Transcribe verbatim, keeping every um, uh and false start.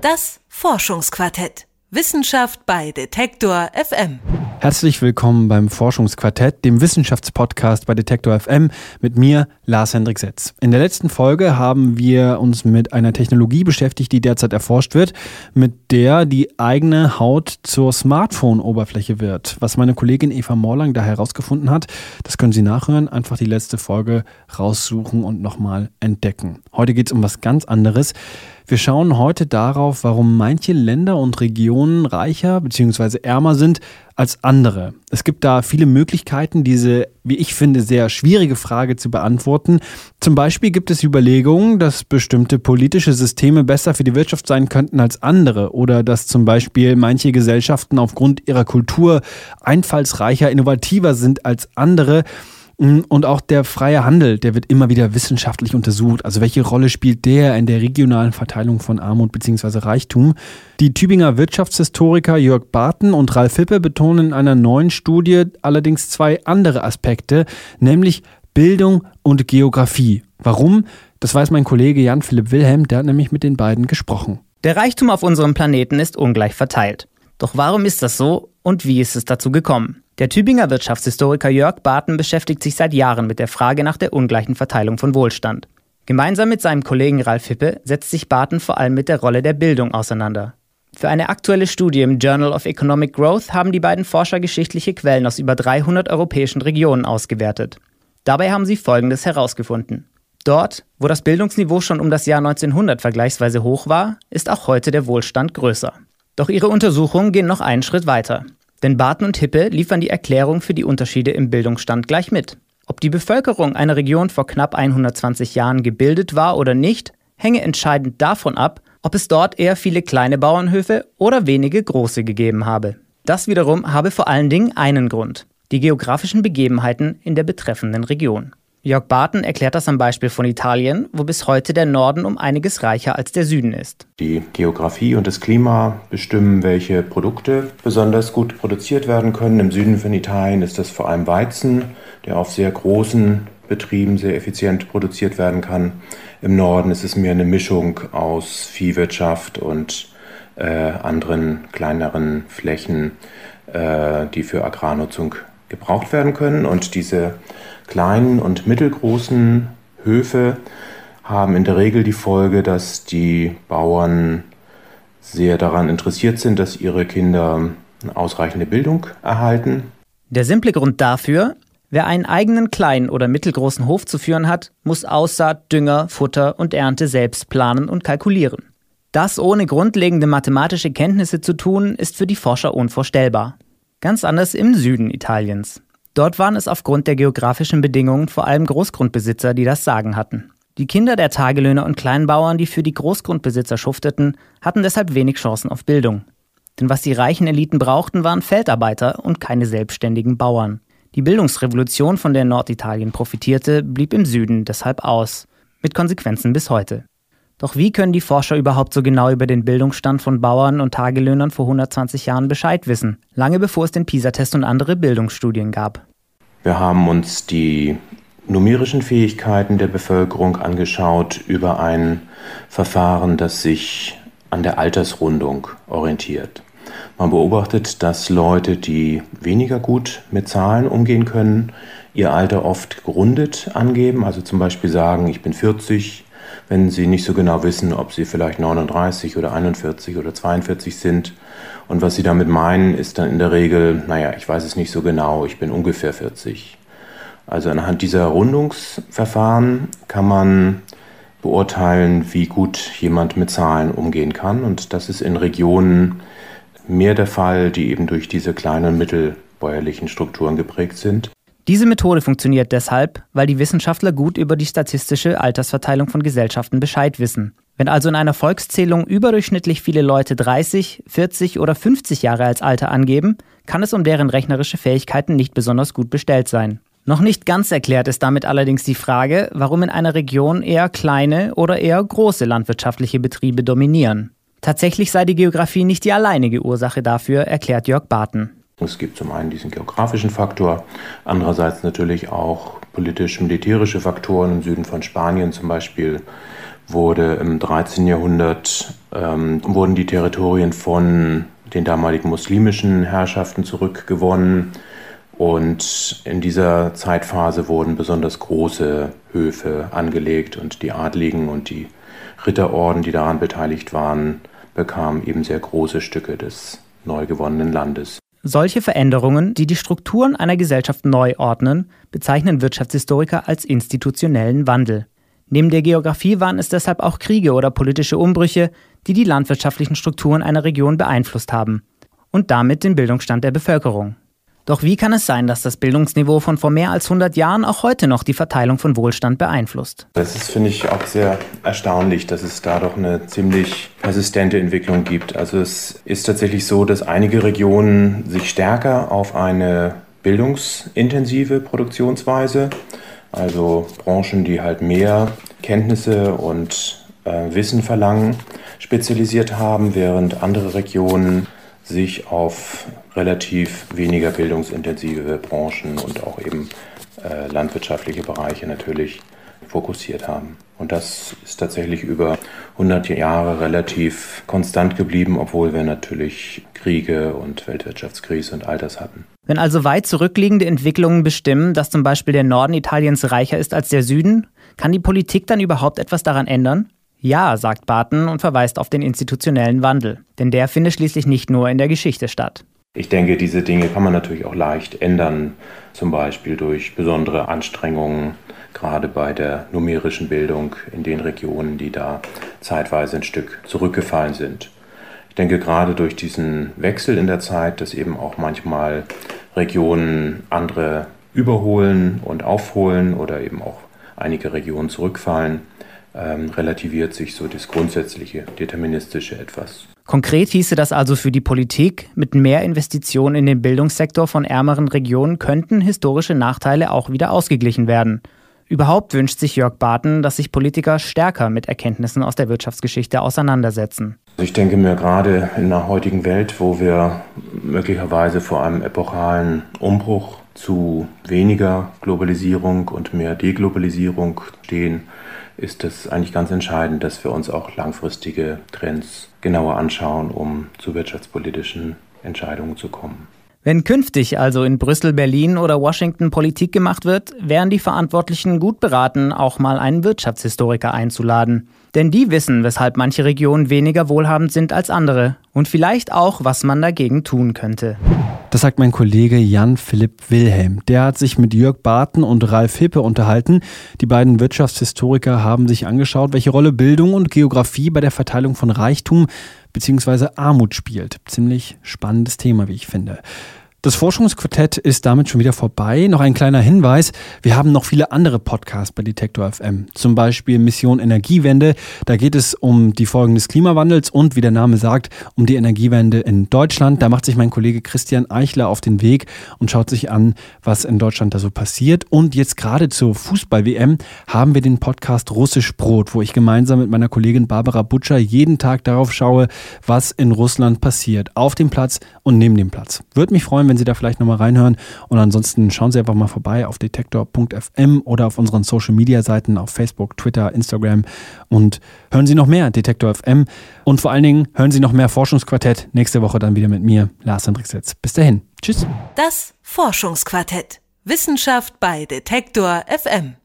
Das Forschungsquartett. Wissenschaft bei Detektor F M. Herzlich willkommen beim Forschungsquartett, dem Wissenschaftspodcast bei Detektor F M mit mir, Lars-Hendrik Setz. In der letzten Folge haben wir uns mit einer Technologie beschäftigt, die derzeit erforscht wird, mit der die eigene Haut zur Smartphone-Oberfläche wird. Was meine Kollegin Eva Morlang da herausgefunden hat, das können Sie nachhören, einfach die letzte Folge raussuchen und nochmal entdecken. Heute geht es um was ganz anderes. Wir schauen heute darauf, warum manche Länder und Regionen reicher bzw. ärmer sind als andere. Es gibt da viele Möglichkeiten, diese, wie ich finde, sehr schwierige Frage zu beantworten. Zum Beispiel gibt es Überlegungen, dass bestimmte politische Systeme besser für die Wirtschaft sein könnten als andere oder dass zum Beispiel manche Gesellschaften aufgrund ihrer Kultur einfallsreicher, innovativer sind als andere. Und auch der freie Handel, der wird immer wieder wissenschaftlich untersucht. Also welche Rolle spielt der in der regionalen Verteilung von Armut bzw. Reichtum? Die Tübinger Wirtschaftshistoriker Jörg Barten und Ralf Hippe betonen in einer neuen Studie allerdings zwei andere Aspekte, nämlich Bildung und Geografie. Warum? Das weiß mein Kollege Jan-Philipp Wilhelm, der hat nämlich mit den beiden gesprochen. Der Reichtum auf unserem Planeten ist ungleich verteilt. Doch warum ist das so und wie ist es dazu gekommen? Der Tübinger Wirtschaftshistoriker Jörg Barten beschäftigt sich seit Jahren mit der Frage nach der ungleichen Verteilung von Wohlstand. Gemeinsam mit seinem Kollegen Ralf Hippe setzt sich Barten vor allem mit der Rolle der Bildung auseinander. Für eine aktuelle Studie im Journal of Economic Growth haben die beiden Forscher geschichtliche Quellen aus über dreihundert europäischen Regionen ausgewertet. Dabei haben sie Folgendes herausgefunden. Dort, wo das Bildungsniveau schon um das Jahr neunzehnhundert vergleichsweise hoch war, ist auch heute der Wohlstand größer. Doch ihre Untersuchungen gehen noch einen Schritt weiter. Denn Barten und Hippe liefern die Erklärung für die Unterschiede im Bildungsstand gleich mit. Ob die Bevölkerung einer Region vor knapp hundertzwanzig Jahren gebildet war oder nicht, hänge entscheidend davon ab, ob es dort eher viele kleine Bauernhöfe oder wenige große gegeben habe. Das wiederum habe vor allen Dingen einen Grund: die geografischen Begebenheiten in der betreffenden Region. Jörg Barten erklärt das am Beispiel von Italien, wo bis heute der Norden um einiges reicher als der Süden ist. Die Geografie und das Klima bestimmen, welche Produkte besonders gut produziert werden können. Im Süden von Italien ist das vor allem Weizen, der auf sehr großen Betrieben sehr effizient produziert werden kann. Im Norden ist es mehr eine Mischung aus Viehwirtschaft und äh, anderen kleineren Flächen, äh, die für Agrarnutzung gebraucht werden können. Und diese kleinen und mittelgroßen Höfe haben in der Regel die Folge, dass die Bauern sehr daran interessiert sind, dass ihre Kinder eine ausreichende Bildung erhalten. Der simple Grund dafür: Wer einen eigenen kleinen oder mittelgroßen Hof zu führen hat, muss Aussaat, Dünger, Futter und Ernte selbst planen und kalkulieren. Das ohne grundlegende mathematische Kenntnisse zu tun, ist für die Forscher unvorstellbar. Ganz anders im Süden Italiens. Dort waren es aufgrund der geografischen Bedingungen vor allem Großgrundbesitzer, die das Sagen hatten. Die Kinder der Tagelöhner und Kleinbauern, die für die Großgrundbesitzer schufteten, hatten deshalb wenig Chancen auf Bildung. Denn was die reichen Eliten brauchten, waren Feldarbeiter und keine selbstständigen Bauern. Die Bildungsrevolution, von der Norditalien profitierte, blieb im Süden deshalb aus, mit Konsequenzen bis heute. Doch wie können die Forscher überhaupt so genau über den Bildungsstand von Bauern und Tagelöhnern vor hundertzwanzig Jahren Bescheid wissen, lange bevor es den PISA-Test und andere Bildungsstudien gab? Wir haben uns die numerischen Fähigkeiten der Bevölkerung angeschaut über ein Verfahren, das sich an der Altersrundung orientiert. Man beobachtet, dass Leute, die weniger gut mit Zahlen umgehen können, ihr Alter oft gerundet angeben, also zum Beispiel sagen, ich bin vierzig, wenn sie nicht so genau wissen, ob sie vielleicht neununddreißig oder einundvierzig oder zweiundvierzig sind. Und was sie damit meinen, ist dann in der Regel, naja, ich weiß es nicht so genau, ich bin ungefähr vierzig. Also anhand dieser Rundungsverfahren kann man beurteilen, wie gut jemand mit Zahlen umgehen kann. Und das ist in Regionen mehr der Fall, die eben durch diese kleinen und mittelbäuerlichen Strukturen geprägt sind. Diese Methode funktioniert deshalb, weil die Wissenschaftler gut über die statistische Altersverteilung von Gesellschaften Bescheid wissen. Wenn also in einer Volkszählung überdurchschnittlich viele Leute dreißig, vierzig oder fünfzig Jahre als Alter angeben, kann es um deren rechnerische Fähigkeiten nicht besonders gut bestellt sein. Noch nicht ganz erklärt ist damit allerdings die Frage, warum in einer Region eher kleine oder eher große landwirtschaftliche Betriebe dominieren. Tatsächlich sei die Geografie nicht die alleinige Ursache dafür, erklärt Jörg Barten. Es gibt zum einen diesen geografischen Faktor, andererseits natürlich auch politisch-militärische Faktoren. Im Süden von Spanien zum Beispiel wurde im dreizehnten Jahrhundert ähm, wurden die Territorien von den damaligen muslimischen Herrschaften zurückgewonnen. Und in dieser Zeitphase wurden besonders große Höfe angelegt und die Adligen und die Ritterorden, die daran beteiligt waren, bekamen eben sehr große Stücke des neu gewonnenen Landes. Solche Veränderungen, die die Strukturen einer Gesellschaft neu ordnen, bezeichnen Wirtschaftshistoriker als institutionellen Wandel. Neben der Geografie waren es deshalb auch Kriege oder politische Umbrüche, die die landwirtschaftlichen Strukturen einer Region beeinflusst haben und damit den Bildungsstand der Bevölkerung. Doch wie kann es sein, dass das Bildungsniveau von vor mehr als hundert Jahren auch heute noch die Verteilung von Wohlstand beeinflusst? Das ist, finde ich, auch sehr erstaunlich, dass es da doch eine ziemlich persistente Entwicklung gibt. Also es ist tatsächlich so, dass einige Regionen sich stärker auf eine bildungsintensive Produktionsweise, also Branchen, die halt mehr Kenntnisse und äh, Wissen verlangen, spezialisiert haben, während andere Regionen sich auf relativ weniger bildungsintensive Branchen und auch eben äh, landwirtschaftliche Bereiche natürlich fokussiert haben. Und das ist tatsächlich über hundert Jahre relativ konstant geblieben, obwohl wir natürlich Kriege und Weltwirtschaftskrise und all das hatten. Wenn also weit zurückliegende Entwicklungen bestimmen, dass zum Beispiel der Norden Italiens reicher ist als der Süden, kann die Politik dann überhaupt etwas daran ändern? Ja, sagt Barton und verweist auf den institutionellen Wandel. Denn der findet schließlich nicht nur in der Geschichte statt. Ich denke, diese Dinge kann man natürlich auch leicht ändern, zum Beispiel durch besondere Anstrengungen, gerade bei der numerischen Bildung in den Regionen, die da zeitweise ein Stück zurückgefallen sind. Ich denke, gerade durch diesen Wechsel in der Zeit, dass eben auch manchmal Regionen andere überholen und aufholen oder eben auch einige Regionen zurückfallen, ähm, relativiert sich so das grundsätzliche Deterministische etwas. Konkret hieße das also für die Politik, mit mehr Investitionen in den Bildungssektor von ärmeren Regionen könnten historische Nachteile auch wieder ausgeglichen werden. Überhaupt wünscht sich Jörg Barton, dass sich Politiker stärker mit Erkenntnissen aus der Wirtschaftsgeschichte auseinandersetzen. Ich denke mir, gerade in der heutigen Welt, wo wir möglicherweise vor einem epochalen Umbruch zu weniger Globalisierung und mehr Deglobalisierung stehen, ist es eigentlich ganz entscheidend, dass wir uns auch langfristige Trends genauer anschauen, um zu wirtschaftspolitischen Entscheidungen zu kommen. Wenn künftig also in Brüssel, Berlin oder Washington Politik gemacht wird, wären die Verantwortlichen gut beraten, auch mal einen Wirtschaftshistoriker einzuladen. Denn die wissen, weshalb manche Regionen weniger wohlhabend sind als andere und vielleicht auch, was man dagegen tun könnte. Das sagt mein Kollege Jan-Philipp Wilhelm. Der hat sich mit Jörg Barton und Ralf Hippe unterhalten. Die beiden Wirtschaftshistoriker haben sich angeschaut, welche Rolle Bildung und Geografie bei der Verteilung von Reichtum bzw. Armut spielt. Ziemlich spannendes Thema, wie ich finde. Das Forschungsquartett ist damit schon wieder vorbei. Noch ein kleiner Hinweis, wir haben noch viele andere Podcasts bei Detektor F M. Zum Beispiel Mission Energiewende. Da geht es um die Folgen des Klimawandels und, wie der Name sagt, um die Energiewende in Deutschland. Da macht sich mein Kollege Christian Eichler auf den Weg und schaut sich an, was in Deutschland da so passiert. Und jetzt gerade zur Fußball-W M haben wir den Podcast Russisch Brot, wo ich gemeinsam mit meiner Kollegin Barbara Butcher jeden Tag darauf schaue, was in Russland passiert. Auf dem Platz und neben dem Platz. Würde mich freuen, wenn Sie da vielleicht nochmal reinhören. Und ansonsten schauen Sie einfach mal vorbei auf detektor punkt f m oder auf unseren Social-Media-Seiten auf Facebook, Twitter, Instagram und hören Sie noch mehr Detektor F M. Und vor allen Dingen hören Sie noch mehr Forschungsquartett. Nächste Woche dann wieder mit mir, Lars Hendriksetz. Bis dahin. Tschüss. Das Forschungsquartett. Wissenschaft bei Detektor F M.